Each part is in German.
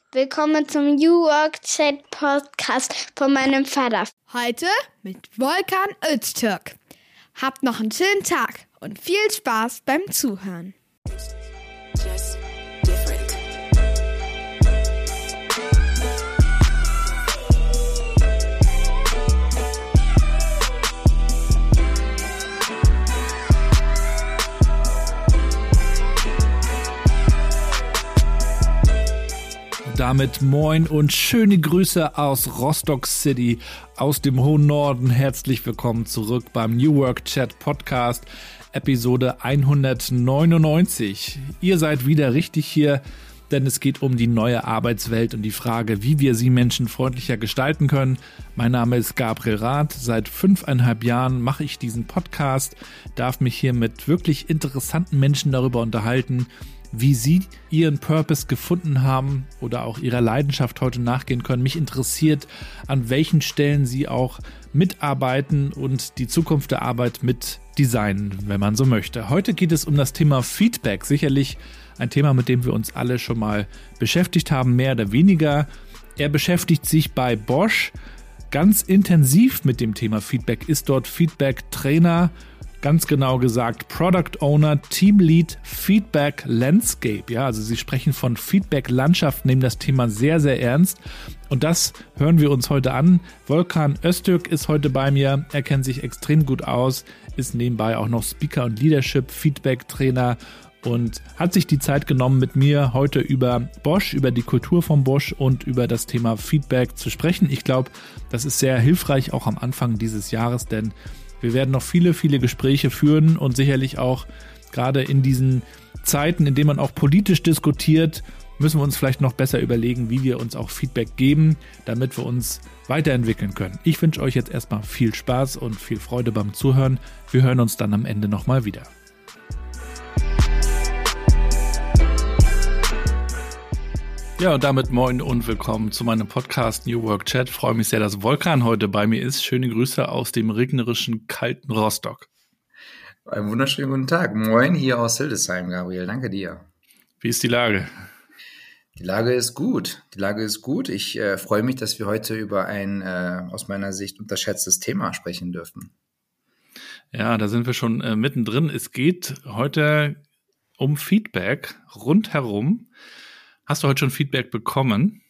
Willkommen zum New Work Chat Podcast von meinem Vater. Heute mit Volkan Öztürk. Habt noch einen schönen Tag und viel Spaß beim Zuhören. Damit moin und schöne Grüße aus Rostock City, aus dem hohen Norden. Herzlich willkommen zurück beim New Work Chat Podcast, Episode 199. Ihr seid wieder richtig hier, denn es geht um die neue Arbeitswelt und die Frage, wie wir sie menschenfreundlicher gestalten können. Mein Name ist Gabriel Rath. Seit 5,5 Jahren mache ich diesen Podcast, darf mich hier mit wirklich interessanten Menschen darüber unterhalten, wie sie ihren Purpose gefunden haben oder auch ihrer Leidenschaft heute nachgehen können. Mich interessiert, an welchen Stellen sie auch mitarbeiten und die Zukunft der Arbeit mit designen, wenn man so möchte. Heute geht es um das Thema Feedback. Sicherlich ein Thema, mit dem wir uns alle schon mal beschäftigt haben, mehr oder weniger. Er beschäftigt sich bei Bosch ganz intensiv mit dem Thema Feedback, ist dort Feedback-Trainer, ganz genau gesagt Product Owner, Team Lead, Feedback Landscape. Ja, also sie sprechen von Feedback Landschaft, nehmen das Thema sehr, sehr ernst. Und das hören wir uns heute an. Volkan Öztürk ist heute bei mir. Er kennt sich extrem gut aus, ist nebenbei auch noch Speaker und Leadership Feedback Trainer und hat sich die Zeit genommen, mit mir heute über Bosch, über die Kultur von Bosch und über das Thema Feedback zu sprechen. Ich glaube, das ist sehr hilfreich auch am Anfang dieses Jahres, denn wir werden noch viele, viele Gespräche führen und sicherlich auch gerade in diesen Zeiten, in denen man auch politisch diskutiert, müssen wir uns vielleicht noch besser überlegen, wie wir uns auch Feedback geben, damit wir uns weiterentwickeln können. Ich wünsche euch jetzt erstmal viel Spaß und viel Freude beim Zuhören. Wir hören uns dann am Ende nochmal wieder. Ja, und damit moin und willkommen zu meinem Podcast New Work Chat. Ich freue mich sehr, dass Volkan heute bei mir ist. Schöne Grüße aus dem regnerischen, kalten Rostock. Einen wunderschönen guten Tag. Moin hier aus Hildesheim, Gabriel. Danke dir. Wie ist die Lage? Die Lage ist gut. Ich freue mich, dass wir heute über ein aus meiner Sicht unterschätztes Thema sprechen dürfen. Ja, da sind wir schon mittendrin. Es geht heute um Feedback rundherum. Hast du heute schon Feedback bekommen?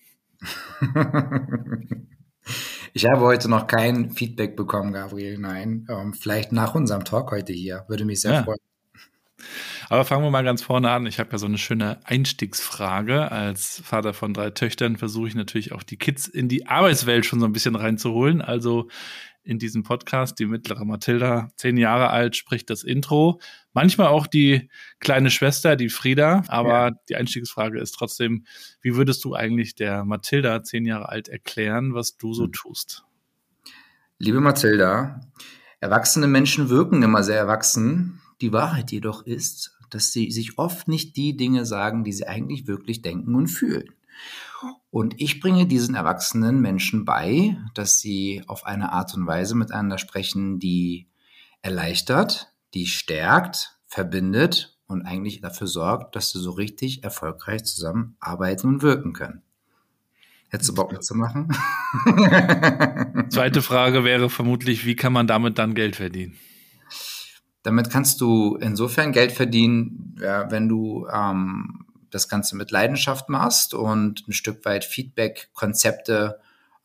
Ich habe heute noch kein Feedback bekommen, Gabriel. Nein, vielleicht nach unserem Talk heute hier. Würde mich sehr freuen. Aber fangen wir mal ganz vorne an. Ich habe ja so eine schöne Einstiegsfrage. Als Vater von 3 Töchtern versuche ich natürlich auch die Kids in die Arbeitswelt schon so ein bisschen reinzuholen. Also in diesem Podcast, die mittlere Mathilda, 10 Jahre alt, spricht das Intro. Manchmal auch die kleine Schwester, die Frieda. Aber Die Einstiegsfrage ist trotzdem, wie würdest du eigentlich der Mathilda, 10 Jahre alt, erklären, was du so tust? Liebe Mathilda, erwachsene Menschen wirken immer sehr erwachsen. Die Wahrheit jedoch ist, dass sie sich oft nicht die Dinge sagen, die sie eigentlich wirklich denken und fühlen. Und ich bringe diesen erwachsenen Menschen bei, dass sie auf eine Art und Weise miteinander sprechen, die erleichtert, die stärkt, verbindet und eigentlich dafür sorgt, dass sie so richtig erfolgreich zusammenarbeiten und wirken können. Hättest du Bock mitzumachen? Zweite Frage wäre vermutlich, wie kann man damit dann Geld verdienen? Damit kannst du insofern Geld verdienen, wenn du das Ganze mit Leidenschaft machst und ein Stück weit Feedback-Konzepte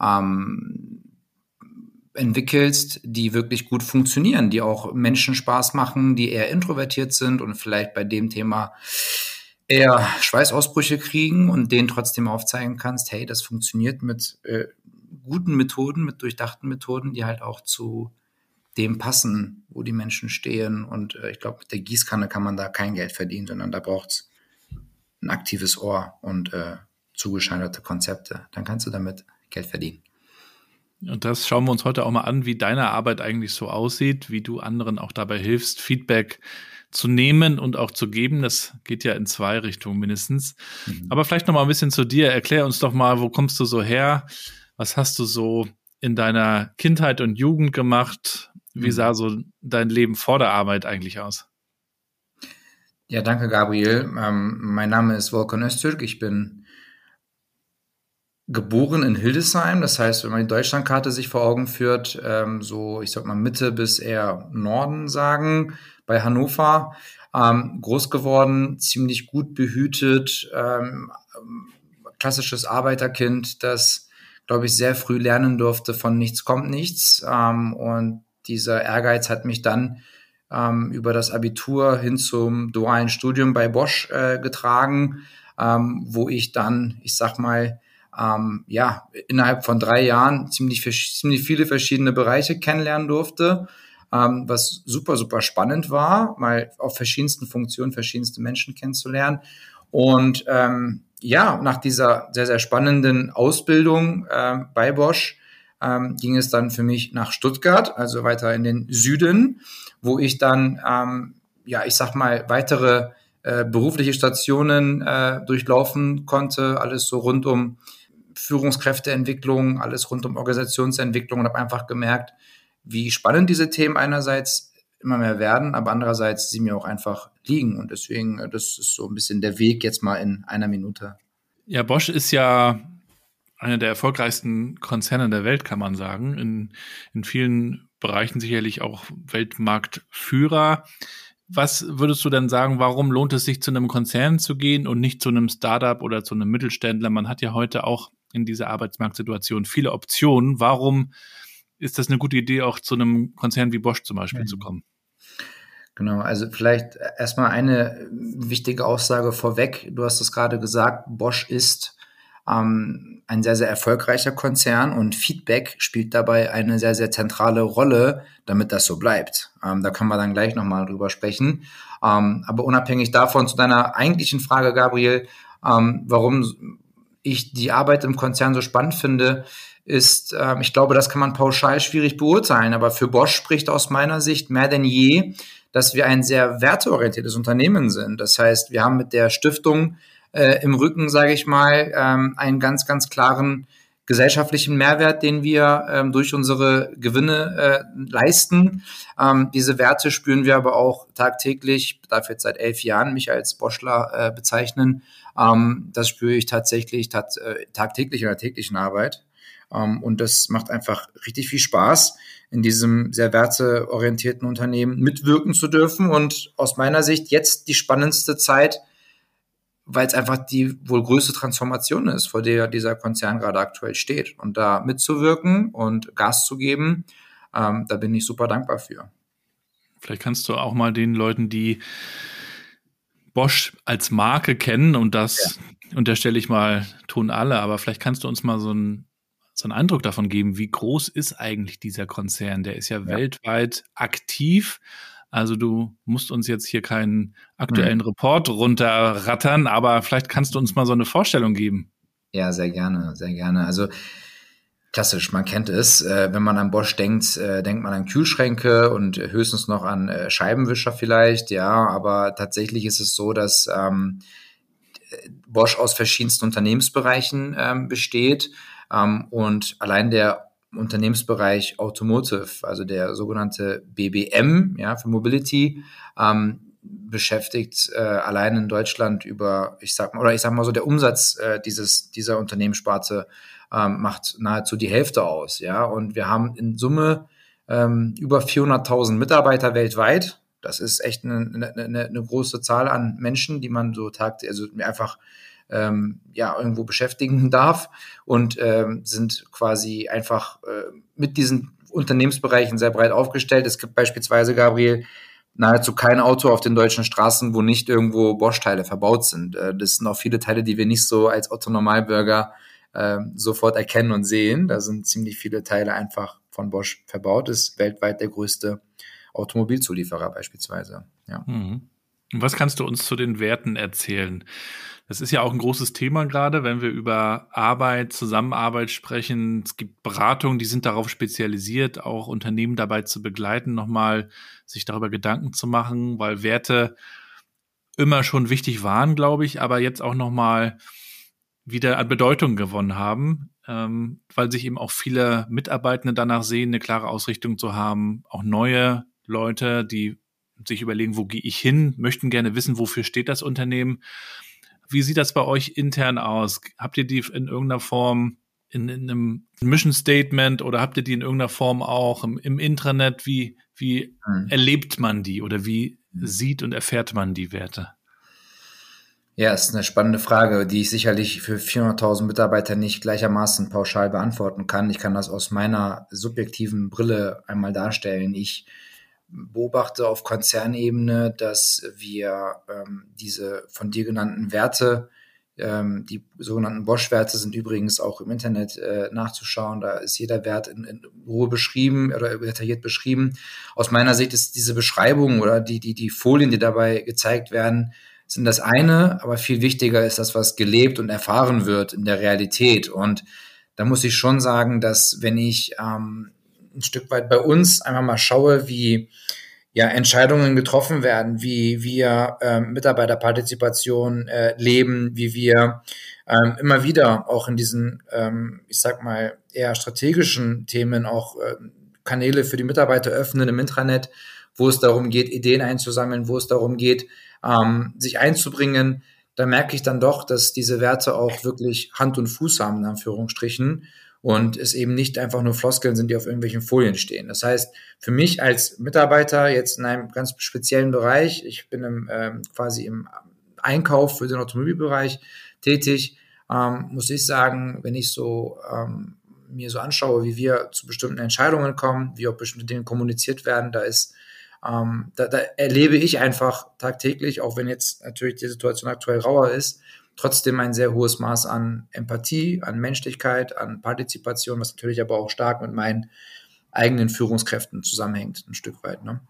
entwickelst, die wirklich gut funktionieren, die auch Menschen Spaß machen, die eher introvertiert sind und vielleicht bei dem Thema eher Schweißausbrüche kriegen und denen trotzdem aufzeigen kannst, hey, das funktioniert mit guten Methoden, mit durchdachten Methoden, die halt auch zu dem passen, wo die Menschen stehen. Und ich glaube, mit der Gießkanne kann man da kein Geld verdienen, sondern da braucht es ein aktives Ohr und zugeschneiderte Konzepte. Dann kannst du damit Geld verdienen. Und das schauen wir uns heute auch mal an, wie deine Arbeit eigentlich so aussieht, wie du anderen auch dabei hilfst, Feedback zu nehmen und auch zu geben. Das geht ja in 2 Richtungen mindestens. Aber vielleicht noch mal ein bisschen zu dir. Erklär uns doch mal, wo kommst du so her? Was hast du so in deiner Kindheit und Jugend gemacht? Wie sah so dein Leben vor der Arbeit eigentlich aus? Ja, danke, Gabriel. Mein Name ist Volkan Öztürk. Ich bin geboren in Hildesheim. Das heißt, wenn man die Deutschlandkarte sich vor Augen führt, so, ich sag mal, Mitte bis eher Norden sagen, bei Hannover, groß geworden, ziemlich gut behütet, klassisches Arbeiterkind, das, glaube ich, sehr früh lernen durfte, von nichts kommt nichts. Und dieser Ehrgeiz hat mich dann über das Abitur hin zum dualen Studium bei Bosch getragen, wo ich dann, ich sag mal, innerhalb von 3 Jahren ziemlich viele verschiedene Bereiche kennenlernen durfte, was super, super spannend war, mal auf verschiedensten Funktionen verschiedenste Menschen kennenzulernen. Und nach dieser sehr, sehr spannenden Ausbildung bei Bosch ging es dann für mich nach Stuttgart, also weiter in den Süden, wo ich dann, weitere berufliche Stationen durchlaufen konnte, alles so rund um Führungskräfteentwicklung, alles rund um Organisationsentwicklung, und habe einfach gemerkt, wie spannend diese Themen einerseits immer mehr werden, aber andererseits sie mir auch einfach liegen. Und deswegen, das ist so ein bisschen der Weg jetzt mal in einer Minute. Ja, Bosch ist ja einer der erfolgreichsten Konzerne der Welt, kann man sagen. In vielen Bereichen sicherlich auch Weltmarktführer. Was würdest du denn sagen, warum lohnt es sich, zu einem Konzern zu gehen und nicht zu einem Startup oder zu einem Mittelständler? Man hat ja heute auch in dieser Arbeitsmarktsituation viele Optionen. Warum ist das eine gute Idee, auch zu einem Konzern wie Bosch zum Beispiel zu kommen? Genau, also vielleicht erstmal eine wichtige Aussage vorweg. Du hast es gerade gesagt, Bosch ist ein sehr, sehr erfolgreicher Konzern und Feedback spielt dabei eine sehr, sehr zentrale Rolle, damit das so bleibt. Da können wir dann gleich nochmal drüber sprechen. Aber unabhängig davon zu deiner eigentlichen Frage, Gabriel, warum ich die Arbeit im Konzern so spannend finde, ist, ich glaube, das kann man pauschal schwierig beurteilen, aber für Bosch spricht aus meiner Sicht mehr denn je, dass wir ein sehr werteorientiertes Unternehmen sind. Das heißt, wir haben mit der Stiftung im Rücken, sage ich mal, einen ganz, ganz klaren gesellschaftlichen Mehrwert, den wir durch unsere Gewinne leisten. Diese Werte spüren wir aber auch tagtäglich. Ich darf jetzt seit 11 Jahren mich als Boschler bezeichnen. Das spüre ich tatsächlich tagtäglich in der täglichen Arbeit. Und das macht einfach richtig viel Spaß, in diesem sehr werteorientierten Unternehmen mitwirken zu dürfen. Und aus meiner Sicht jetzt die spannendste Zeit, weil es einfach die wohl größte Transformation ist, vor der dieser Konzern gerade aktuell steht. Und da mitzuwirken und Gas zu geben, da bin ich super dankbar für. Vielleicht kannst du auch mal den Leuten, die Bosch als Marke kennen, und das unterstelle ich mal, tun alle, aber vielleicht kannst du uns mal so einen Eindruck davon geben, wie groß ist eigentlich dieser Konzern? Der ist ja weltweit aktiv. Also du musst uns jetzt hier keinen aktuellen Report runterrattern, aber vielleicht kannst du uns mal so eine Vorstellung geben. Ja, sehr gerne, sehr gerne. Also klassisch, man kennt es. Wenn man an Bosch denkt, denkt man an Kühlschränke und höchstens noch an Scheibenwischer vielleicht. Ja, aber tatsächlich ist es so, dass Bosch aus verschiedensten Unternehmensbereichen besteht. Und allein der Unternehmensbereich Automotive, also der sogenannte BBM, ja, für Mobility, beschäftigt allein in Deutschland über, ich sag mal so, der Umsatz dieser Unternehmenssparte macht nahezu die Hälfte aus, ja. Und wir haben in Summe über 400.000 Mitarbeiter weltweit. Das ist echt eine große Zahl an Menschen, die man so einfach irgendwo beschäftigen darf, und sind quasi einfach mit diesen Unternehmensbereichen sehr breit aufgestellt. Es gibt beispielsweise, Gabriel, nahezu kein Auto auf den deutschen Straßen, wo nicht irgendwo Bosch-Teile verbaut sind. Das sind auch viele Teile, die wir nicht so als Otto-Normalbürger sofort erkennen und sehen. Da sind ziemlich viele Teile einfach von Bosch verbaut. Das ist weltweit der größte Automobilzulieferer beispielsweise. Ja. Mhm. Was kannst du uns zu den Werten erzählen? Das ist ja auch ein großes Thema gerade, wenn wir über Arbeit, Zusammenarbeit sprechen. Es gibt Beratungen, die sind darauf spezialisiert, auch Unternehmen dabei zu begleiten, nochmal sich darüber Gedanken zu machen, weil Werte immer schon wichtig waren, glaube ich, aber jetzt auch nochmal wieder an Bedeutung gewonnen haben, weil sich eben auch viele Mitarbeitende danach sehen, eine klare Ausrichtung zu haben, auch neue Leute, die sich überlegen, wo gehe ich hin, möchten gerne wissen, wofür steht das Unternehmen. Wie sieht das bei euch intern aus? Habt ihr die in irgendeiner Form in einem Mission Statement oder habt ihr die in irgendeiner Form auch im Intranet? Wie erlebt man die oder wie sieht und erfährt man die Werte? Ja, ist eine spannende Frage, die ich sicherlich für 400.000 Mitarbeiter nicht gleichermaßen pauschal beantworten kann. Ich kann das aus meiner subjektiven Brille einmal darstellen. Ich beobachte auf Konzernebene, dass wir diese von dir genannten Werte, die sogenannten Bosch-Werte sind übrigens auch im Internet nachzuschauen. Da ist jeder Wert in Ruhe beschrieben oder detailliert beschrieben. Aus meiner Sicht ist diese Beschreibung oder die Folien, die dabei gezeigt werden, sind das eine, aber viel wichtiger ist das, was gelebt und erfahren wird in der Realität. Und da muss ich schon sagen, dass wenn ich ein Stück weit bei uns einmal mal schaue, wie Entscheidungen getroffen werden, wie wir Mitarbeiterpartizipation leben, wie wir immer wieder auch in diesen, ich sag mal, eher strategischen Themen auch Kanäle für die Mitarbeiter öffnen im Intranet, wo es darum geht, Ideen einzusammeln, wo es darum geht, sich einzubringen, da merke ich dann doch, dass diese Werte auch wirklich Hand und Fuß haben, in Anführungsstrichen, und es eben nicht einfach nur Floskeln sind, die auf irgendwelchen Folien stehen. Das heißt, für mich als Mitarbeiter jetzt in einem ganz speziellen Bereich, ich bin quasi im Einkauf für den Automobilbereich tätig, muss ich sagen, wenn ich so mir so anschaue, wie wir zu bestimmten Entscheidungen kommen, wie auch bestimmte Dinge kommuniziert werden, da erlebe ich einfach tagtäglich, auch wenn jetzt natürlich die Situation aktuell rauer ist, trotzdem ein sehr hohes Maß an Empathie, an Menschlichkeit, an Partizipation, was natürlich aber auch stark mit meinen eigenen Führungskräften zusammenhängt, ein Stück weit. Ne?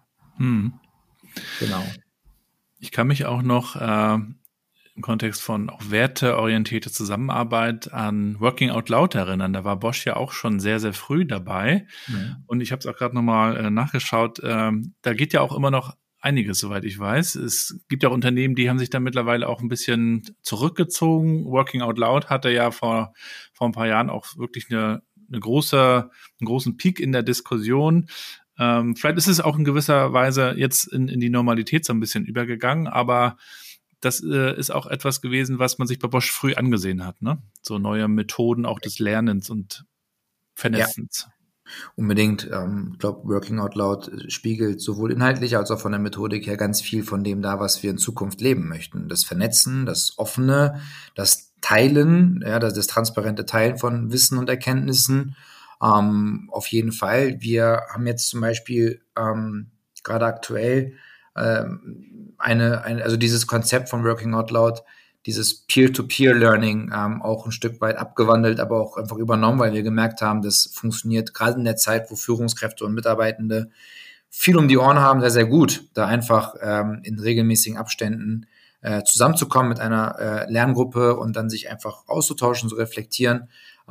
Genau. Ich kann mich auch noch im Kontext von auch werteorientierte Zusammenarbeit an Working Out Loud erinnern. Da war Bosch ja auch schon sehr, sehr früh dabei. Ja. Und ich habe es auch gerade nochmal nachgeschaut. Da geht ja auch immer noch einiges, soweit ich weiß. Es gibt ja auch Unternehmen, die haben sich da mittlerweile auch ein bisschen zurückgezogen. Working Out Loud hatte ja vor ein paar Jahren auch wirklich einen großen Peak in der Diskussion. Vielleicht ist es auch in gewisser Weise jetzt in die Normalität so ein bisschen übergegangen, aber das ist auch etwas gewesen, was man sich bei Bosch früh angesehen hat, ne? So neue Methoden auch des Lernens und Vernetzens. Ja, unbedingt. Ich glaube, Working Out Loud spiegelt sowohl inhaltlich als auch von der Methodik her ganz viel von dem dar, was wir in Zukunft leben möchten. Das Vernetzen, das Offene, das Teilen, das transparente Teilen von Wissen und Erkenntnissen. Auf jeden Fall. Wir haben jetzt zum Beispiel gerade aktuell also dieses Konzept von Working Out Loud, dieses Peer-to-Peer-Learning auch ein Stück weit abgewandelt, aber auch einfach übernommen, weil wir gemerkt haben, das funktioniert gerade in der Zeit, wo Führungskräfte und Mitarbeitende viel um die Ohren haben, sehr, sehr gut, da einfach in regelmäßigen Abständen zusammenzukommen mit einer Lerngruppe und dann sich einfach auszutauschen, zu reflektieren,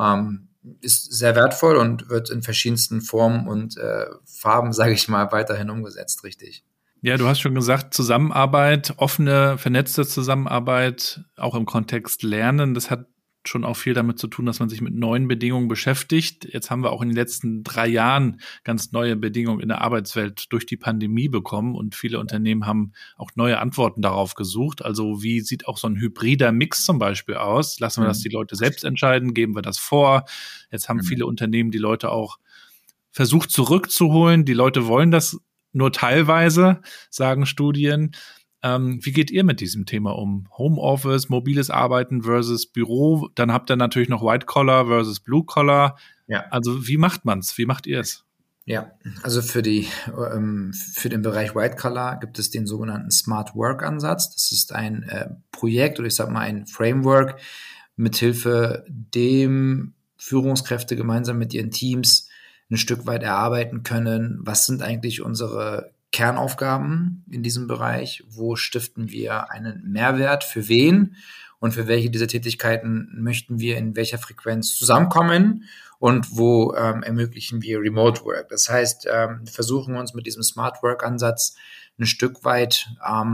ist sehr wertvoll und wird in verschiedensten Formen und Farben, sage ich mal, weiterhin umgesetzt, richtig. Ja, du hast schon gesagt, Zusammenarbeit, offene, vernetzte Zusammenarbeit, auch im Kontext Lernen, das hat schon auch viel damit zu tun, dass man sich mit neuen Bedingungen beschäftigt. Jetzt haben wir auch in den letzten 3 Jahren ganz neue Bedingungen in der Arbeitswelt durch die Pandemie bekommen und viele Unternehmen haben auch neue Antworten darauf gesucht. Also wie sieht auch so ein hybrider Mix zum Beispiel aus? Lassen wir das die Leute selbst entscheiden? Geben wir das vor? Jetzt haben viele Unternehmen die Leute auch versucht zurückzuholen. Die Leute wollen das nur teilweise, sagen Studien. Wie geht ihr mit diesem Thema um? Homeoffice, mobiles Arbeiten versus Büro. Dann habt ihr natürlich noch White Collar versus Blue Collar. Ja. Also wie macht man's? Wie macht ihr es? Ja, also für den Bereich White Collar gibt es den sogenannten Smart Work Ansatz. Das ist ein Projekt oder ich sag mal ein Framework, mithilfe dem Führungskräfte gemeinsam mit ihren Teams ein Stück weit erarbeiten können, was sind eigentlich unsere Kernaufgaben in diesem Bereich, wo stiften wir einen Mehrwert, für wen und für welche dieser Tätigkeiten möchten wir in welcher Frequenz zusammenkommen und wo ermöglichen wir Remote Work. Das heißt, wir versuchen uns mit diesem Smart Work Ansatz ein Stück weit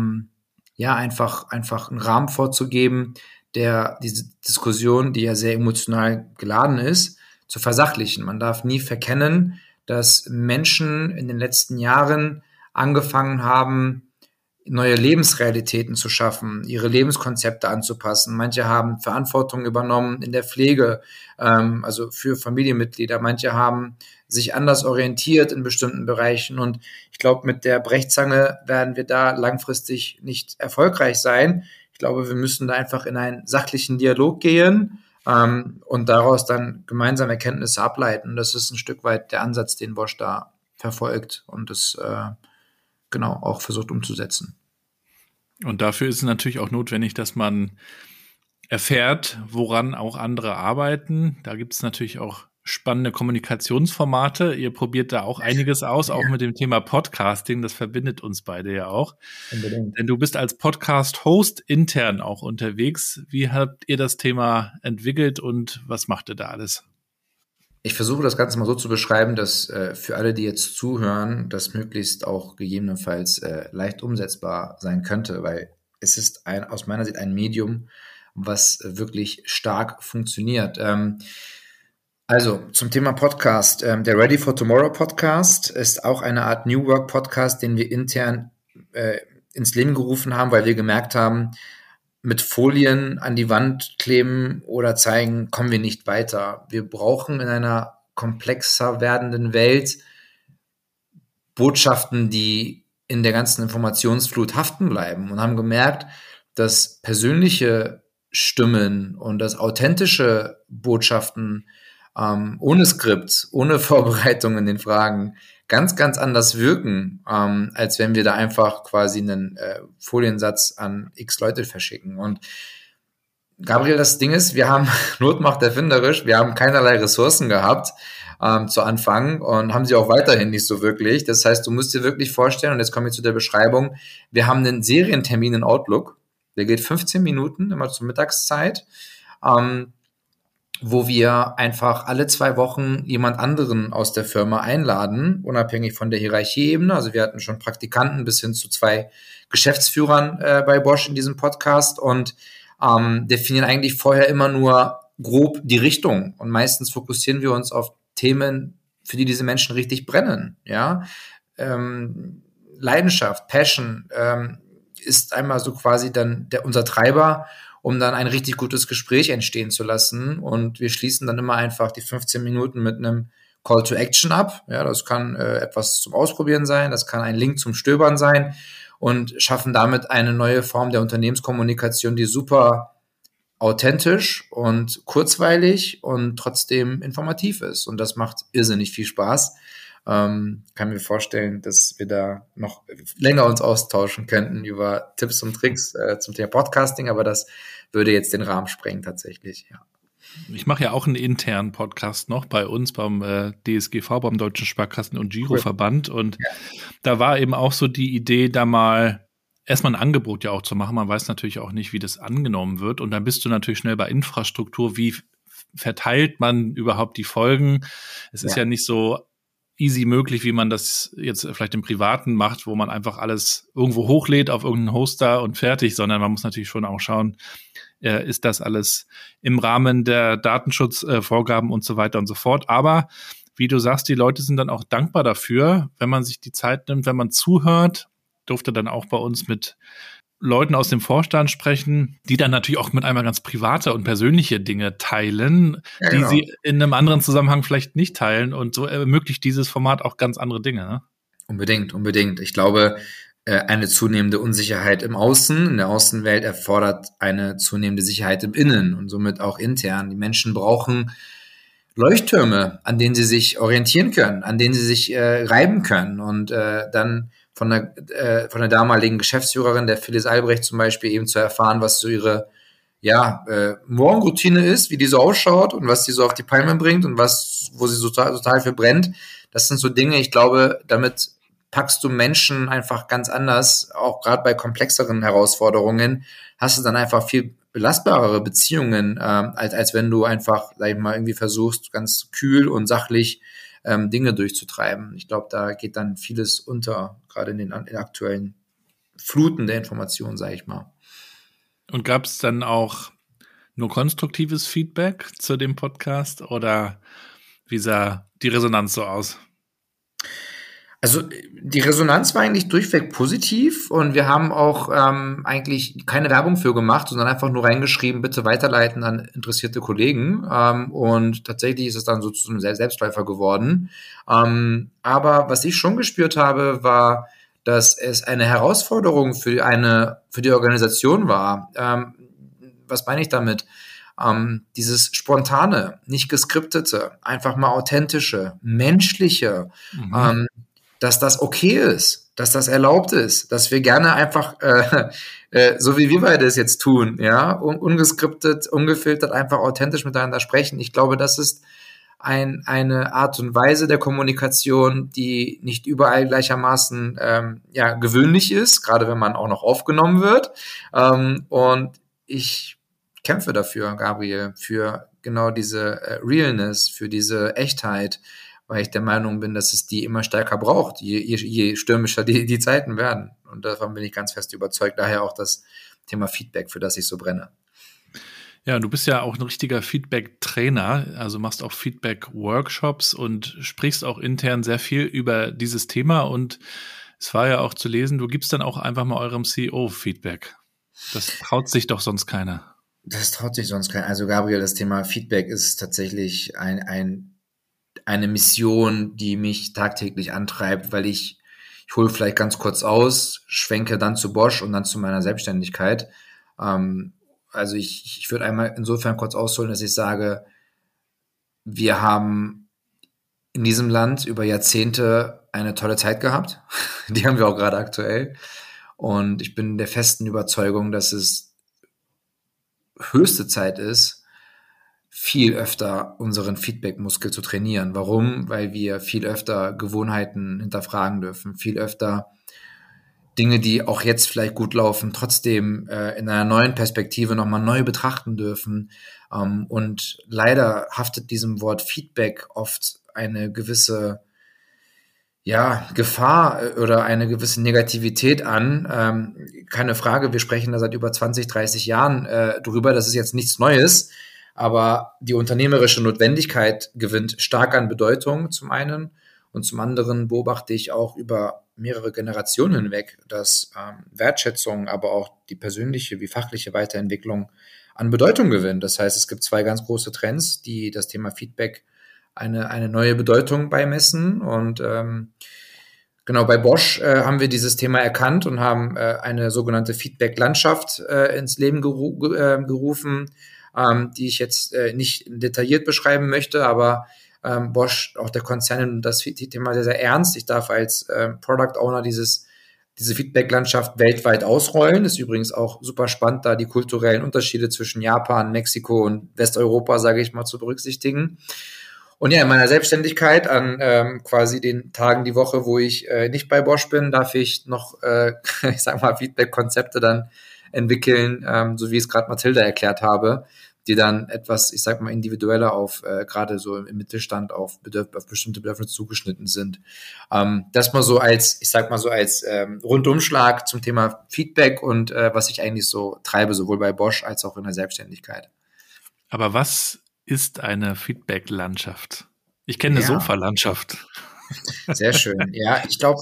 einfach einen Rahmen vorzugeben, der diese Diskussion, die ja sehr emotional geladen ist, zu versachlichen. Man darf nie verkennen, dass Menschen in den letzten Jahren angefangen haben, neue Lebensrealitäten zu schaffen, ihre Lebenskonzepte anzupassen. Manche haben Verantwortung übernommen in der Pflege, also für Familienmitglieder. Manche haben sich anders orientiert in bestimmten Bereichen. Und ich glaube, mit der Brechzange werden wir da langfristig nicht erfolgreich sein. Ich glaube, wir müssen da einfach in einen sachlichen Dialog gehen und daraus dann gemeinsam Erkenntnisse ableiten. Das ist ein Stück weit der Ansatz, den Bosch da verfolgt und das genau auch versucht umzusetzen. Und dafür ist es natürlich auch notwendig, dass man erfährt, woran auch andere arbeiten. Da gibt es natürlich auch spannende Kommunikationsformate. Ihr probiert da auch einiges aus, auch mit dem Thema Podcasting. Das verbindet uns beide ja auch. Unbedingt. Denn du bist als Podcast-Host intern auch unterwegs. Wie habt ihr das Thema entwickelt und was macht ihr da alles? Ich versuche das Ganze mal so zu beschreiben, dass für alle, die jetzt zuhören, das möglichst auch gegebenenfalls leicht umsetzbar sein könnte, weil es ist aus meiner Sicht ein Medium, was wirklich stark funktioniert. Also zum Thema Podcast. Der Ready for Tomorrow Podcast ist auch eine Art New Work Podcast, den wir intern ins Leben gerufen haben, weil wir gemerkt haben, mit Folien an die Wand kleben oder zeigen, kommen wir nicht weiter. Wir brauchen in einer komplexer werdenden Welt Botschaften, die in der ganzen Informationsflut haften bleiben und haben gemerkt, dass persönliche Stimmen und dass authentische Botschaften ohne Skript, ohne Vorbereitung in den Fragen ganz, ganz anders wirken, als wenn wir da einfach quasi einen Foliensatz an x Leute verschicken. Und Gabriel, das Ding ist, wir haben, Not macht erfinderisch, wir haben keinerlei Ressourcen gehabt zu Anfang und haben sie auch weiterhin nicht so wirklich. Das heißt, du musst dir wirklich vorstellen, und jetzt kommen wir zu der Beschreibung, wir haben einen Serientermin in Outlook, der geht 15 Minuten, immer zur Mittagszeit, wo wir einfach alle 2 Wochen jemand anderen aus der Firma einladen, unabhängig von der Hierarchieebene. Also wir hatten schon Praktikanten bis hin zu 2 Geschäftsführern bei Bosch in diesem Podcast und definieren eigentlich vorher immer nur grob die Richtung. Und meistens fokussieren wir uns auf Themen, für die diese Menschen richtig brennen. Ja, Leidenschaft, Passion ist einmal so quasi dann unser Treiber, um dann ein richtig gutes Gespräch entstehen zu lassen. Und wir schließen dann immer einfach die 15 Minuten mit einem Call to Action ab. Ja, das kann etwas zum Ausprobieren sein, das kann ein Link zum Stöbern sein und schaffen damit eine neue Form der Unternehmenskommunikation, die super authentisch und kurzweilig und trotzdem informativ ist. Und das macht irrsinnig viel Spaß. Kann mir vorstellen, dass wir da noch länger uns austauschen könnten über Tipps und Tricks zum Thema Podcasting, aber das würde jetzt den Rahmen sprengen tatsächlich, ja. Ich mache ja auch einen internen Podcast noch bei uns beim DSGV, beim Deutschen Sparkassen- und Giroverband. Und da war eben auch so die Idee, da mal erstmal ein Angebot ja auch zu machen. Man weiß natürlich auch nicht, wie das angenommen wird. Und dann bist du natürlich schnell bei Infrastruktur. Wie verteilt man überhaupt die Folgen? Es ist ja nicht so easy möglich, wie man das jetzt vielleicht im Privaten macht, wo man einfach alles irgendwo hochlädt auf irgendeinen Hoster und fertig, sondern man muss natürlich schon auch schauen, ist das alles im Rahmen der Datenschutzvorgaben und so weiter und so fort. Aber wie du sagst, die Leute sind dann auch dankbar dafür, wenn man sich die Zeit nimmt, wenn man zuhört. Durfte dann auch bei uns mit Leuten aus dem Vorstand sprechen, die dann natürlich auch mit einmal ganz private und persönliche Dinge teilen, ja, die sie in einem anderen Zusammenhang vielleicht nicht teilen. Und so ermöglicht dieses Format auch ganz andere Dinge. Ne? Unbedingt. Ich glaube, eine zunehmende Unsicherheit im Außen, in der Außenwelt erfordert eine zunehmende Sicherheit im Innen und somit auch intern. Die Menschen brauchen Leuchttürme, an denen sie sich orientieren können, an denen sie sich reiben können und dann von der damaligen Geschäftsführerin, der Phyllis Albrecht zum Beispiel, eben zu erfahren, was so ihre Morgenroutine ist, wie die so ausschaut und was sie so auf die Palme bringt und wo sie so total für brennt. Das sind so Dinge, ich glaube, damit packst du Menschen einfach ganz anders, auch gerade bei komplexeren Herausforderungen, hast du dann einfach viel belastbarere Beziehungen, als wenn du einfach, sag ich mal, irgendwie versuchst, ganz kühl und sachlich Dinge durchzutreiben. Ich glaube, da geht dann vieles unter, gerade in den aktuellen Fluten der Informationen, sage ich mal. Und gab es dann auch nur konstruktives Feedback zu dem Podcast oder wie sah die Resonanz so aus? Also die Resonanz war eigentlich durchweg positiv und wir haben auch eigentlich keine Werbung für gemacht, sondern einfach nur reingeschrieben, bitte weiterleiten an interessierte Kollegen. Und tatsächlich ist es dann so zu einem Selbstläufer geworden. Aber was ich schon gespürt habe, war, dass es eine Herausforderung für die Organisation war. Was meine ich damit? Dieses spontane, nicht geskriptete, einfach mal authentische, menschliche, dass das okay ist, dass das erlaubt ist, dass wir gerne einfach, so wie wir beide es jetzt tun, ja, ungeskriptet, ungefiltert, einfach authentisch miteinander sprechen. Ich glaube, das ist eine Art und Weise der Kommunikation, die nicht überall gleichermaßen gewöhnlich ist, gerade wenn man auch noch aufgenommen wird. Und ich kämpfe dafür, Gabriel, für genau diese Realness, für diese Echtheit, weil ich der Meinung bin, dass es die immer stärker braucht, je stürmischer die Zeiten werden. Und davon bin ich ganz fest überzeugt. Daher auch das Thema Feedback, für das ich so brenne. Ja, du bist ja auch ein richtiger Feedback-Trainer, also machst auch Feedback-Workshops und sprichst auch intern sehr viel über dieses Thema. Und es war ja auch zu lesen, du gibst dann auch einfach mal eurem CEO Feedback. Das traut sich doch sonst keiner. Das traut sich sonst keiner. Also Gabriel, das Thema Feedback ist tatsächlich eine Mission, die mich tagtäglich antreibt, weil ich hole vielleicht ganz kurz aus, schwenke dann zu Bosch und dann zu meiner Selbstständigkeit. Also ich würde einmal insofern kurz ausholen, dass ich sage, wir haben in diesem Land über Jahrzehnte eine tolle Zeit gehabt. Die haben wir auch gerade aktuell. Und ich bin der festen Überzeugung, dass es höchste Zeit ist, viel öfter unseren Feedback-Muskel zu trainieren. Warum? Weil wir viel öfter Gewohnheiten hinterfragen dürfen, viel öfter Dinge, die auch jetzt vielleicht gut laufen, trotzdem in einer neuen Perspektive nochmal neu betrachten dürfen. Und leider haftet diesem Wort Feedback oft eine gewisse Gefahr oder eine gewisse Negativität an. Keine Frage, wir sprechen da seit über 20, 30 Jahren drüber. Das ist jetzt nichts Neues. Aber die unternehmerische Notwendigkeit gewinnt stark an Bedeutung zum einen. Und zum anderen beobachte ich auch über mehrere Generationen hinweg, dass Wertschätzung, aber auch die persönliche wie fachliche Weiterentwicklung an Bedeutung gewinnt. Das heißt, es gibt zwei ganz große Trends, die das Thema Feedback eine neue Bedeutung beimessen. Und genau, bei Bosch haben wir dieses Thema erkannt und haben eine sogenannte Feedback-Landschaft ins Leben gerufen, die ich jetzt nicht detailliert beschreiben möchte, aber Bosch, auch der Konzern, nimmt das Thema sehr, sehr ernst. Ich darf als Product Owner diese Feedback-Landschaft weltweit ausrollen. Ist übrigens auch super spannend, da die kulturellen Unterschiede zwischen Japan, Mexiko und Westeuropa, sage ich mal, zu berücksichtigen. Und ja, in meiner Selbstständigkeit an quasi den Tagen die Woche, wo ich nicht bei Bosch bin, darf ich noch, ich sag mal, Feedback-Konzepte dann entwickeln, so wie ich es gerade Mathilda erklärt habe, die dann etwas, ich sag mal, individueller auf, gerade so im Mittelstand auf bestimmte Bedürfnisse zugeschnitten sind. Das mal so als, ich sag mal so als Rundumschlag zum Thema Feedback und was ich eigentlich so treibe, sowohl bei Bosch als auch in der Selbstständigkeit. Aber was ist eine Feedback-Landschaft? Ich kenne eine Sofa-Landschaft. Sehr schön. Ja, ich glaube,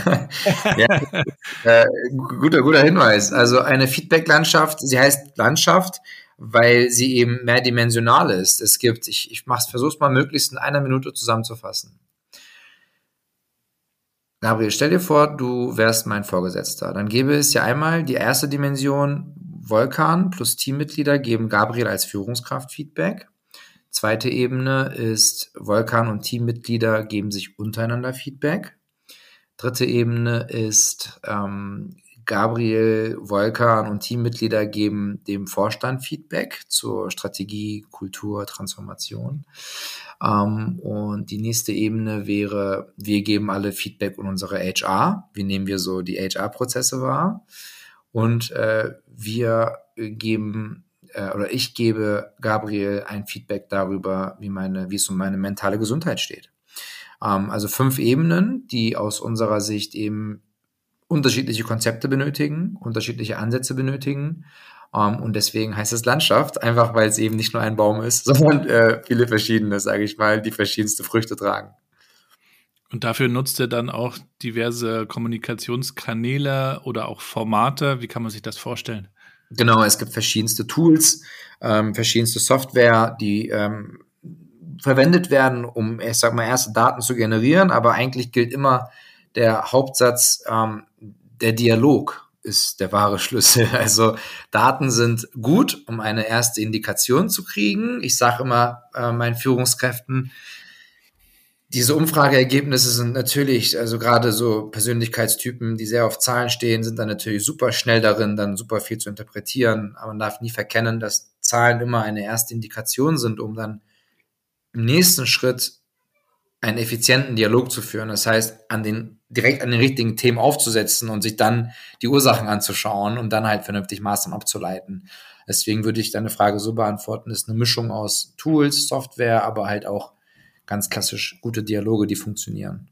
guter Hinweis. Also eine Feedback-Landschaft, sie heißt Landschaft, weil sie eben mehrdimensional ist. Es gibt, ich versuche es mal möglichst in einer Minute zusammenzufassen. Gabriel, stell dir vor, du wärst mein Vorgesetzter. Dann gäbe es ja einmal die erste Dimension, Volkan plus Teammitglieder geben Gabriel als Führungskraft Feedback. Zweite Ebene ist, Volkan und Teammitglieder geben sich untereinander Feedback. Dritte Ebene ist, Gabriel, Volkan und Teammitglieder geben dem Vorstand Feedback zur Strategie, Kultur, Transformation. Und die nächste Ebene wäre, wir geben alle Feedback in unsere HR. Wie nehmen wir so die HR-Prozesse wahr? Und ich gebe Gabriel ein Feedback darüber, wie es um meine mentale Gesundheit steht. Also 5 Ebenen, die aus unserer Sicht eben unterschiedliche Konzepte benötigen, unterschiedliche Ansätze benötigen. Und deswegen heißt es Landschaft, einfach weil es eben nicht nur ein Baum ist, sondern viele verschiedene, sage ich mal, die verschiedenste Früchte tragen. Und dafür nutzt ihr dann auch diverse Kommunikationskanäle oder auch Formate. Wie kann man sich das vorstellen? Genau, es gibt verschiedenste Tools, verschiedenste Software, die verwendet werden, um, ich sag mal, erste Daten zu generieren. Aber eigentlich gilt immer der Hauptsatz, der Dialog ist der wahre Schlüssel. Also Daten sind gut, um eine erste Indikation zu kriegen. Ich sage immer meinen Führungskräften, diese Umfrageergebnisse sind natürlich, also gerade so Persönlichkeitstypen, die sehr auf Zahlen stehen, sind dann natürlich super schnell darin, dann super viel zu interpretieren. Aber man darf nie verkennen, dass Zahlen immer eine erste Indikation sind, um dann im nächsten Schritt einen effizienten Dialog zu führen. Das heißt, direkt an den richtigen Themen aufzusetzen und sich dann die Ursachen anzuschauen und dann halt vernünftig Maßnahmen abzuleiten. Deswegen würde ich deine Frage so beantworten, ist eine Mischung aus Tools, Software, aber halt auch ganz klassisch gute Dialoge, die funktionieren.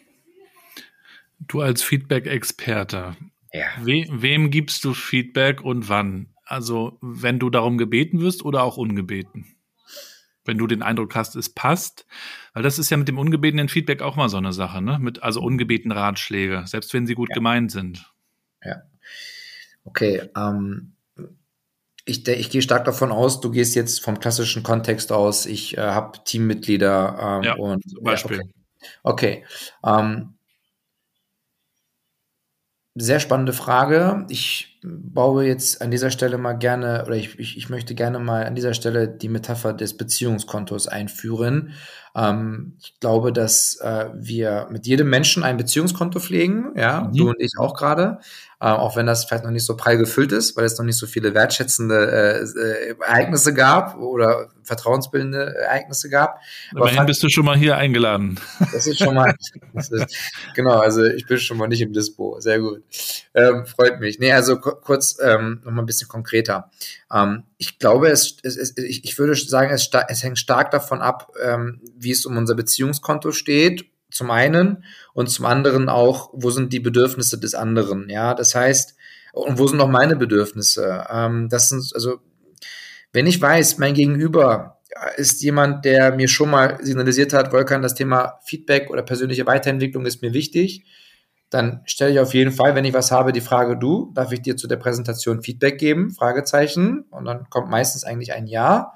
Du als Feedback-Experte, Ja. Wem gibst du Feedback und wann? Also wenn du darum gebeten wirst oder auch ungebeten? Wenn du den Eindruck hast, es passt. Weil das ist ja mit dem ungebetenen Feedback auch mal so eine Sache, ne? Also ungebeten Ratschläge, selbst wenn sie gut gemeint sind. Ja. Okay, ich gehe stark davon aus, du gehst jetzt vom klassischen Kontext aus, ich habe Teammitglieder und zum Beispiel. Okay. Sehr spannende Frage. Ich baue jetzt an dieser Stelle mal gerne, oder ich möchte gerne mal an dieser Stelle die Metapher des Beziehungskontos einführen. Ich glaube, dass wir mit jedem Menschen ein Beziehungskonto pflegen, ja, du und ich auch gerade, auch wenn das vielleicht noch nicht so prall gefüllt ist, weil es noch nicht so viele wertschätzende Ereignisse gab oder vertrauensbildende Ereignisse gab. Immerhin bist du schon mal hier eingeladen. Das ist schon mal, genau, also ich bin schon mal nicht im Dispo, sehr gut. Freut mich. Nee, also kurz noch mal ein bisschen konkreter. Ich glaube, ich würde sagen, es hängt stark davon ab, wie es um unser Beziehungskonto steht, zum einen, und zum anderen auch, wo sind die Bedürfnisse des anderen, ja, das heißt, und wo sind noch meine Bedürfnisse? Das sind, also, wenn ich weiß, mein Gegenüber ist jemand, der mir schon mal signalisiert hat, Volkan, das Thema Feedback oder persönliche Weiterentwicklung ist mir wichtig, dann stelle ich auf jeden Fall, wenn ich was habe, die Frage, du, darf ich dir zu der Präsentation Feedback geben? Fragezeichen. Und dann kommt meistens eigentlich ein Ja.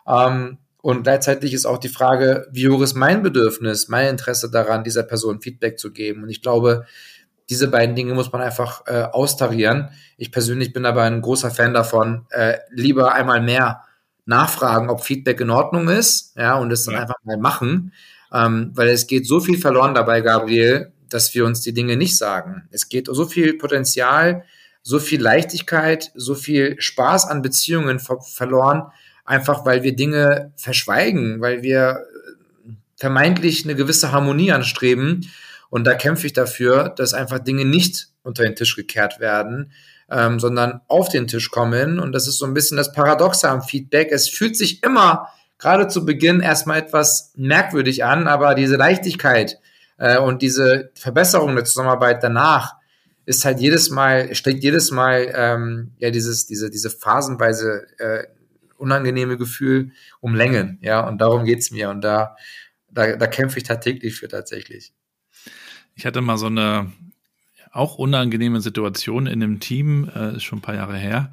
Und gleichzeitig ist auch die Frage, wie hoch ist mein Bedürfnis, mein Interesse daran, dieser Person Feedback zu geben? Und ich glaube, diese beiden Dinge muss man einfach austarieren. Ich persönlich bin aber ein großer Fan davon, lieber einmal mehr nachfragen, ob Feedback in Ordnung ist, ja, und es dann einfach mal machen, weil es geht so viel verloren dabei, Gabriel, dass wir uns die Dinge nicht sagen. Es geht so viel Potenzial, so viel Leichtigkeit, so viel Spaß an Beziehungen verloren, einfach weil wir Dinge verschweigen, weil wir vermeintlich eine gewisse Harmonie anstreben. Und da kämpfe ich dafür, dass einfach Dinge nicht unter den Tisch gekehrt werden, sondern auf den Tisch kommen. Und das ist so ein bisschen das Paradoxe am Feedback. Es fühlt sich immer, gerade zu Beginn, erstmal etwas merkwürdig an, aber diese Leichtigkeit und diese Verbesserung der Zusammenarbeit danach ist halt steckt jedes Mal diese phasenweise unangenehme Gefühl um Längen, ja, und darum geht's mir, und da kämpfe ich tagtäglich für tatsächlich. Ich hatte mal so eine auch unangenehme Situation in einem Team, ist schon ein paar Jahre her.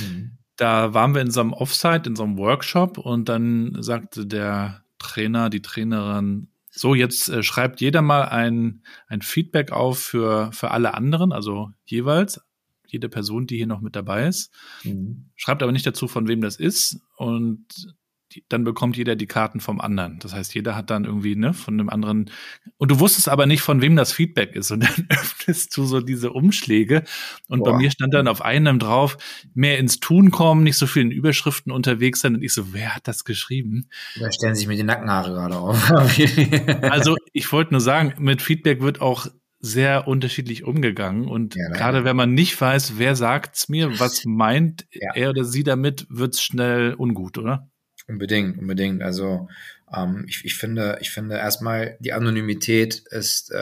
Da waren wir in so einem Offsite, in so einem Workshop, und dann sagte der Trainer, die Trainerin, so, jetzt schreibt jeder mal ein Feedback auf für alle anderen, also jeweils, jede Person, die hier noch mit dabei ist. Schreibt aber nicht dazu, von wem das ist, und dann bekommt jeder die Karten vom anderen. Das heißt, jeder hat dann irgendwie, ne, von dem anderen, und du wusstest aber nicht, von wem das Feedback ist, und dann öffnest du so diese Umschläge, und bei mir stand dann auf einem drauf, mehr ins Tun kommen, nicht so viel in Überschriften unterwegs sein, und ich so, wer hat das geschrieben? Da stellen sich mir die Nackenhaare gerade auf. Also, ich wollte nur sagen, mit Feedback wird auch sehr unterschiedlich umgegangen, und gerade wenn man nicht weiß, wer sagt's mir, was meint er oder sie damit, wird's schnell ungut, oder? Unbedingt. Also ich finde erstmal, die Anonymität ist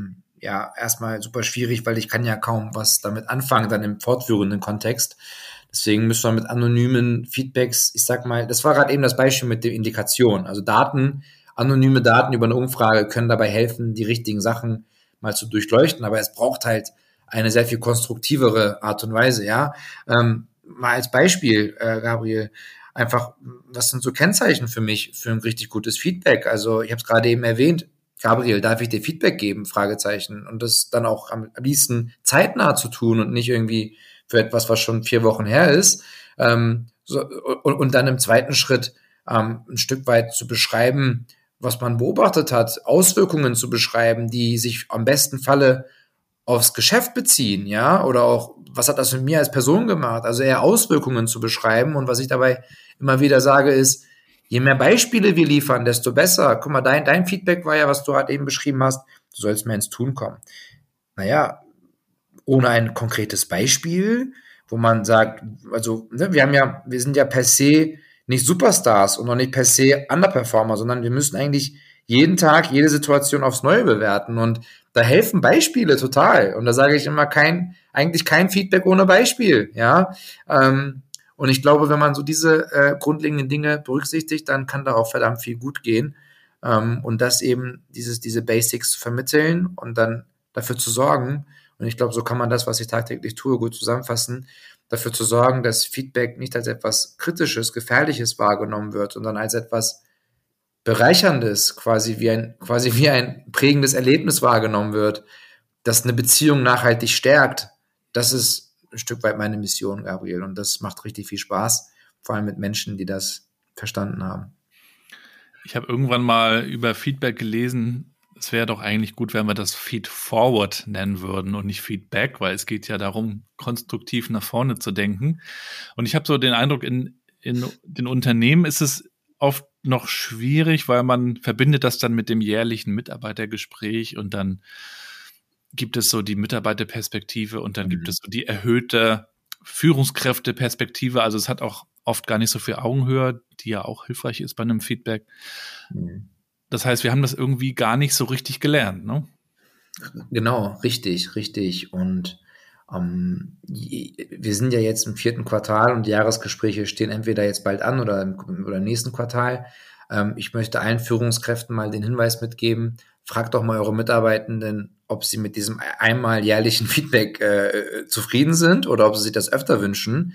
erstmal super schwierig, weil ich kann ja kaum was damit anfangen, dann im fortführenden Kontext. Deswegen müssen wir mit anonymen Feedbacks, ich sag mal, das war gerade eben das Beispiel mit der Indikation. Also Daten anonyme Daten über eine Umfrage können dabei helfen, die richtigen Sachen mal zu durchleuchten, aber es braucht halt eine sehr viel konstruktivere Art und Weise, ja. Mal als Beispiel, Gabriel, einfach, was sind so Kennzeichen für mich für ein richtig gutes Feedback? Also ich habe es gerade eben erwähnt, Gabriel, darf ich dir Feedback geben? Fragezeichen. Und das dann auch am liebsten zeitnah zu tun und nicht irgendwie für etwas, was schon 4 Wochen her ist. Und dann im zweiten Schritt ein Stück weit zu beschreiben, was man beobachtet hat, Auswirkungen zu beschreiben, die sich am besten Falle aufs Geschäft beziehen, ja, oder auch, was hat das mit mir als Person gemacht? Also eher Auswirkungen zu beschreiben. Und was ich dabei immer wieder sage, ist, je mehr Beispiele wir liefern, desto besser. Guck mal, dein Feedback war ja, was du gerade eben beschrieben hast, du sollst mehr ins Tun kommen. Naja, ohne ein konkretes Beispiel, wo man sagt, also, ne, wir sind ja per se nicht Superstars und auch nicht per se Underperformer, sondern wir müssen eigentlich jeden Tag, jede Situation aufs Neue bewerten. Und da helfen Beispiele total. Und da sage ich immer eigentlich kein Feedback ohne Beispiel, ja. Und ich glaube, wenn man so diese grundlegenden Dinge berücksichtigt, dann kann da auch verdammt viel gut gehen. Und das eben, diese Basics zu vermitteln und dann dafür zu sorgen. Und ich glaube, so kann man das, was ich tagtäglich tue, gut zusammenfassen, dafür zu sorgen, dass Feedback nicht als etwas Kritisches, Gefährliches wahrgenommen wird, sondern als etwas Bereicherndes, quasi wie ein prägendes Erlebnis wahrgenommen wird, das eine Beziehung nachhaltig stärkt. Das ist ein Stück weit meine Mission, Gabriel. Und das macht richtig viel Spaß, vor allem mit Menschen, die das verstanden haben. Ich habe irgendwann mal über Feedback gelesen, es wäre doch eigentlich gut, wenn wir das Feed-Forward nennen würden und nicht Feedback, weil es geht ja darum, konstruktiv nach vorne zu denken. Und ich habe so den Eindruck, in den Unternehmen ist es oft noch schwierig, weil man verbindet das dann mit dem jährlichen Mitarbeitergespräch und dann gibt es so die Mitarbeiterperspektive und dann gibt es so die erhöhte Führungskräfteperspektive. Also es hat auch oft gar nicht so viel Augenhöhe, die ja auch hilfreich ist bei einem Feedback. Das heißt, wir haben das irgendwie gar nicht so richtig gelernt, ne? Genau, richtig. Und wir sind ja jetzt im 4. Quartal und die Jahresgespräche stehen entweder jetzt bald an oder im nächsten Quartal. Ich möchte allen Führungskräften mal den Hinweis mitgeben, fragt doch mal eure Mitarbeitenden, ob sie mit diesem einmal jährlichen Feedback zufrieden sind oder ob sie sich das öfter wünschen.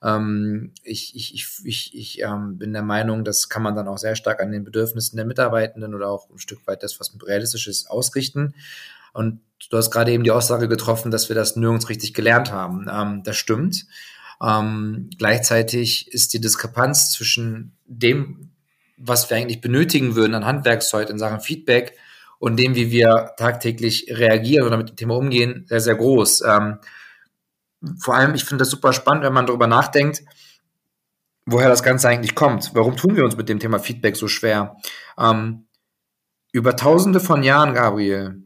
Ich bin der Meinung, das kann man dann auch sehr stark an den Bedürfnissen der Mitarbeitenden oder auch ein Stück weit das, was realistisch ist, ausrichten. Und du hast gerade eben die Aussage getroffen, dass wir das nirgends richtig gelernt haben. Das stimmt. Gleichzeitig ist die Diskrepanz zwischen dem, was wir eigentlich benötigen würden an Handwerkszeug in Sachen Feedback und dem, wie wir tagtäglich reagieren oder mit dem Thema umgehen, sehr, sehr groß. Vor allem, ich finde das super spannend, wenn man darüber nachdenkt, woher das Ganze eigentlich kommt. Warum tun wir uns mit dem Thema Feedback so schwer? Über Tausende von Jahren, Gabriel,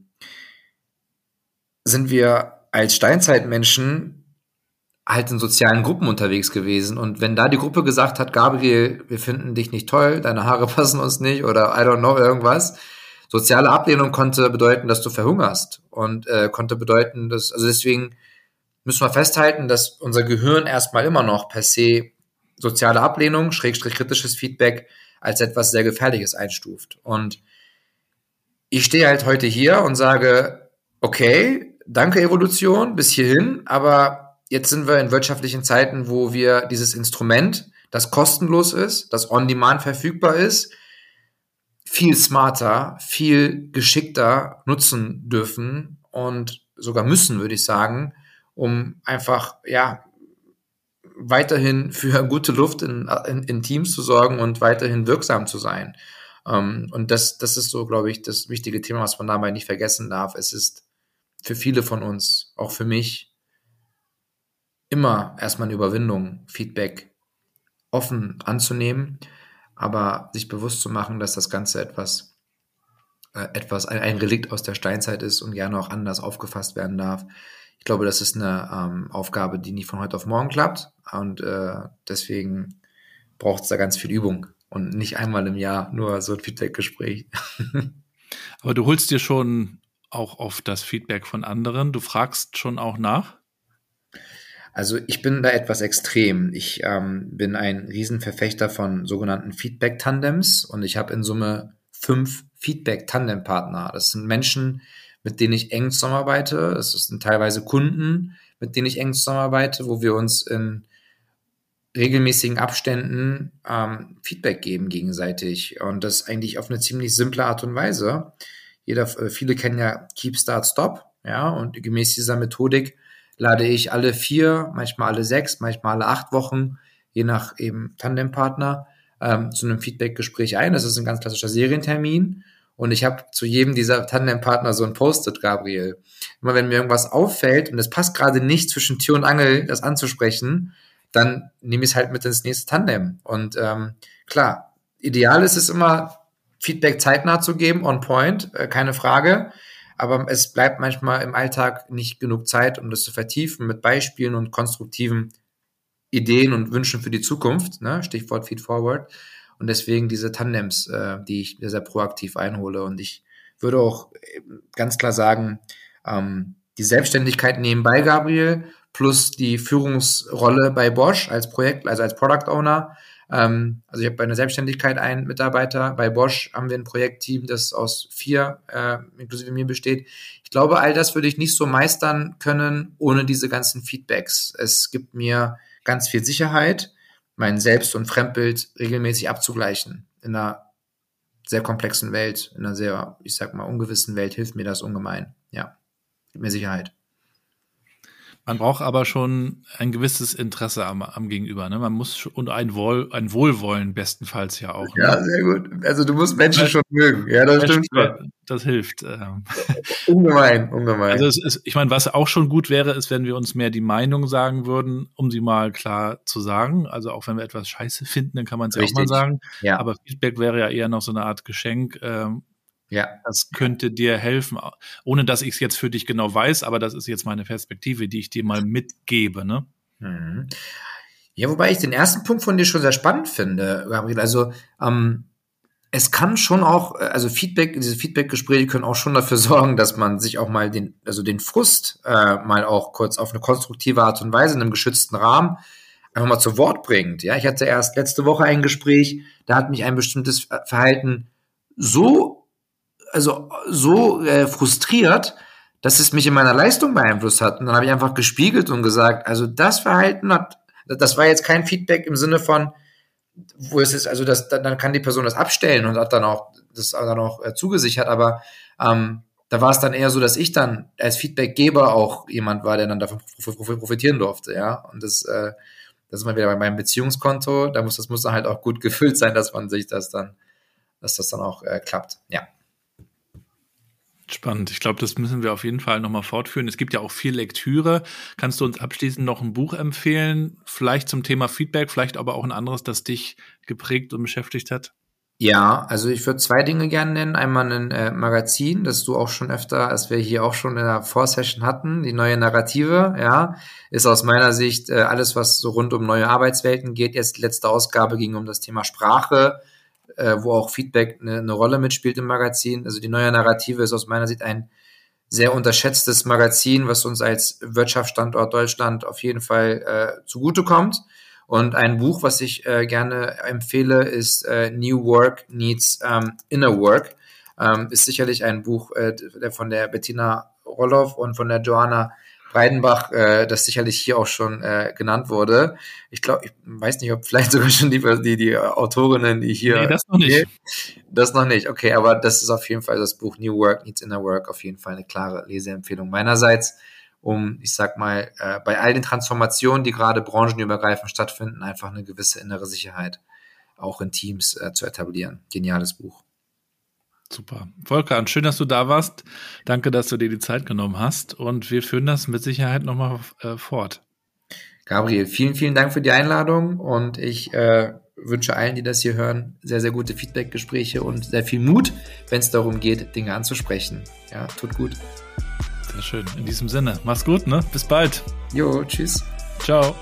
sind wir als Steinzeitmenschen halt in sozialen Gruppen unterwegs gewesen. Und wenn da die Gruppe gesagt hat, Gabriel, wir finden dich nicht toll, deine Haare passen uns nicht oder I don't know, irgendwas. Soziale Ablehnung konnte bedeuten, dass du verhungerst und konnte bedeuten, also deswegen müssen wir festhalten, dass unser Gehirn erstmal immer noch per se soziale Ablehnung, Schrägstrich kritisches Feedback als etwas sehr Gefährliches einstuft. Und ich stehe halt heute hier und sage, okay, danke Evolution, bis hierhin, aber jetzt sind wir in wirtschaftlichen Zeiten, wo wir dieses Instrument, das kostenlos ist, das on-demand verfügbar ist, viel smarter, viel geschickter nutzen dürfen und sogar müssen, würde ich sagen, um einfach, ja, weiterhin für gute Luft in Teams zu sorgen und weiterhin wirksam zu sein. Und das ist so, glaube ich, das wichtige Thema, was man dabei nicht vergessen darf. Es ist für viele von uns, auch für mich, immer erstmal eine Überwindung, Feedback offen anzunehmen, aber sich bewusst zu machen, dass das Ganze ein Relikt aus der Steinzeit ist und gerne auch anders aufgefasst werden darf. Ich glaube, das ist eine Aufgabe, die nicht von heute auf morgen klappt und deswegen braucht es da ganz viel Übung und nicht einmal im Jahr nur so ein Feedback-Gespräch. Aber du holst dir schon auch oft das Feedback von anderen, du fragst schon auch nach? Also ich bin da etwas extrem. Ich bin ein Riesenverfechter von sogenannten Feedback-Tandems und ich habe in Summe 5 Feedback-Tandem-Partner. Das sind Menschen, mit denen ich eng zusammenarbeite. Das sind teilweise Kunden, mit denen ich eng zusammenarbeite, wo wir uns in regelmäßigen Abständen Feedback geben gegenseitig. Und das eigentlich auf eine ziemlich simple Art und Weise. Viele kennen ja Keep, Start, Stop. Ja, und gemäß dieser Methodik lade ich alle 4, manchmal alle 6, manchmal alle 8 Wochen, je nach eben Tandempartner, zu einem Feedback-Gespräch ein. Das ist ein ganz klassischer Serientermin. Und ich habe zu jedem dieser Tandempartner so ein Post-it, Gabriel. Immer wenn mir irgendwas auffällt und es passt gerade nicht zwischen Tür und Angel, das anzusprechen, dann nehme ich es halt mit ins nächste Tandem. Und klar, ideal ist es immer, Feedback zeitnah zu geben, on point, keine Frage. Aber es bleibt manchmal im Alltag nicht genug Zeit, um das zu vertiefen mit Beispielen und konstruktiven Ideen und Wünschen für die Zukunft, ne? Stichwort Feed Forward. Und deswegen diese Tandems, die ich sehr, sehr proaktiv einhole. Und ich würde auch ganz klar sagen, die Selbstständigkeit nebenbei, Gabriel, plus die Führungsrolle bei Bosch als als Product Owner. Also ich habe bei einer Selbstständigkeit einen Mitarbeiter. Bei Bosch haben wir ein Projektteam, das aus 4 inklusive mir besteht. Ich glaube, all das würde ich nicht so meistern können ohne diese ganzen Feedbacks. Es gibt mir ganz viel Sicherheit, mein Selbst- und Fremdbild regelmäßig abzugleichen. In einer sehr komplexen Welt, in einer sehr, ich sag mal, ungewissen Welt hilft mir das ungemein. Ja, gibt mir Sicherheit. Man braucht aber schon ein gewisses Interesse am Gegenüber, ne? Man muss und ein Wohlwollen bestenfalls ja auch. Ne? Ja, sehr gut. Also du musst Menschen schon mögen. Ja, das stimmt schon. Das hilft. Ungemein. Also ich meine, was auch schon gut wäre, ist, wenn wir uns mehr die Meinung sagen würden, um sie mal klar zu sagen. Also auch wenn wir etwas scheiße finden, dann kann man es ja auch mal sagen. Ja. Aber Feedback wäre ja eher noch so eine Art Geschenk. Ja. Das könnte dir helfen, ohne dass ich es jetzt für dich genau weiß, aber das ist jetzt meine Perspektive, die ich dir mal mitgebe, ne? Mhm. Ja, wobei ich den ersten Punkt von dir schon sehr spannend finde, Gabriel. Also es kann schon auch, also diese Feedback-Gespräche können auch schon dafür sorgen, dass man sich auch mal den Frust mal auch kurz auf eine konstruktive Art und Weise in einem geschützten Rahmen einfach mal zu Wort bringt. Ja, ich hatte erst letzte Woche ein Gespräch, da hat mich ein bestimmtes Verhalten so frustriert, dass es mich in meiner Leistung beeinflusst hat. Und dann habe ich einfach gespiegelt und gesagt, also das Verhalten das war jetzt kein Feedback im Sinne von, wo es ist, also dann kann die Person das abstellen und hat dann auch zugesichert, aber da war es dann eher so, dass ich dann als Feedbackgeber auch jemand war, der dann davon profitieren durfte, ja. Und das ist mal wieder bei meinem Beziehungskonto, das muss dann halt auch gut gefüllt sein, dass das dann auch klappt, ja. Spannend. Ich glaube, das müssen wir auf jeden Fall nochmal fortführen. Es gibt ja auch viel Lektüre. Kannst du uns abschließend noch ein Buch empfehlen? Vielleicht zum Thema Feedback, vielleicht aber auch ein anderes, das dich geprägt und beschäftigt hat? Ja, also ich würde 2 Dinge gerne nennen. Einmal ein Magazin, das du auch schon als wir hier auch schon in der Vorsession hatten, die neue Narrative, ja, ist aus meiner Sicht alles, was so rund um neue Arbeitswelten geht. Jetzt die letzte Ausgabe ging um das Thema Sprache, wo auch Feedback eine Rolle mitspielt im Magazin. Also die neue Narrative ist aus meiner Sicht ein sehr unterschätztes Magazin, was uns als Wirtschaftsstandort Deutschland auf jeden Fall zugutekommt. Und ein Buch, was ich gerne empfehle, ist New Work Needs Inner Work. Ist sicherlich ein Buch von der Bettina Roloff und von der Joanna Breidenbach, das sicherlich hier auch schon genannt wurde. Ich glaube, ich weiß nicht, ob vielleicht sogar schon die Autorinnen, die hier... Nee, das noch nicht. Nee, das noch nicht, okay, aber das ist auf jeden Fall das Buch New Work Needs Inner Work, auf jeden Fall eine klare Leseempfehlung meinerseits, um, ich sag mal, bei all den Transformationen, die gerade branchenübergreifend stattfinden, einfach eine gewisse innere Sicherheit auch in Teams zu etablieren. Geniales Buch. Super. Volkan, schön, dass du da warst. Danke, dass du dir die Zeit genommen hast und wir führen das mit Sicherheit nochmal fort. Gabriel, vielen, vielen Dank für die Einladung und ich wünsche allen, die das hier hören, sehr, sehr gute Feedback-Gespräche und sehr viel Mut, wenn es darum geht, Dinge anzusprechen. Ja, tut gut. Sehr schön. In diesem Sinne, mach's gut, ne? Bis bald. Jo, tschüss. Ciao.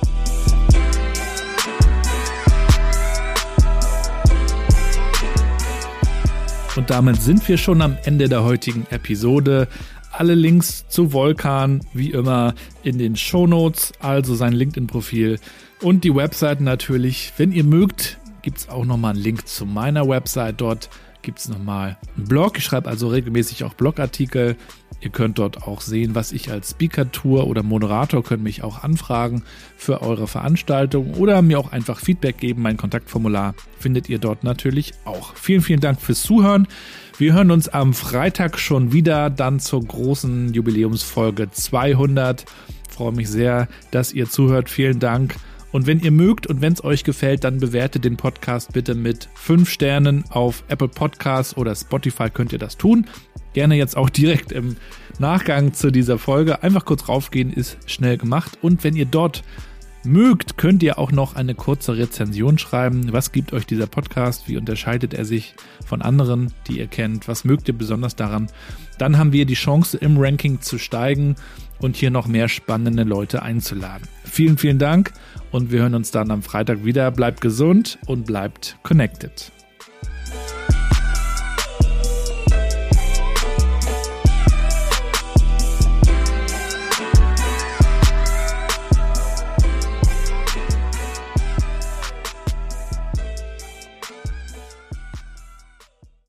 Und damit sind wir schon am Ende der heutigen Episode. Alle Links zu Volkan, wie immer, in den Shownotes, also sein LinkedIn-Profil und die Webseite natürlich. Wenn ihr mögt, gibt es auch nochmal einen Link zu meiner Website. Dort gibt es nochmal einen Blog. Ich schreibe also regelmäßig auch Blogartikel. Ihr könnt dort auch sehen, was ich als Speaker tue oder Moderator, könnt mich auch anfragen für eure Veranstaltung oder mir auch einfach Feedback geben. Mein Kontaktformular findet ihr dort natürlich auch. Vielen, vielen Dank fürs Zuhören. Wir hören uns am Freitag schon wieder, dann zur großen Jubiläumsfolge 200. Ich freue mich sehr, dass ihr zuhört. Vielen Dank. Und wenn ihr mögt und wenn es euch gefällt, dann bewertet den Podcast bitte mit 5 Sternen auf Apple Podcasts oder Spotify könnt ihr das tun. Gerne jetzt auch direkt im Nachgang zu dieser Folge. Einfach kurz raufgehen, ist schnell gemacht. Und wenn ihr dort mögt, könnt ihr auch noch eine kurze Rezension schreiben. Was gibt euch dieser Podcast? Wie unterscheidet er sich von anderen, die ihr kennt? Was mögt ihr besonders daran? Dann haben wir die Chance, im Ranking zu steigen und hier noch mehr spannende Leute einzuladen. Vielen, vielen Dank und wir hören uns dann am Freitag wieder. Bleibt gesund und bleibt connected.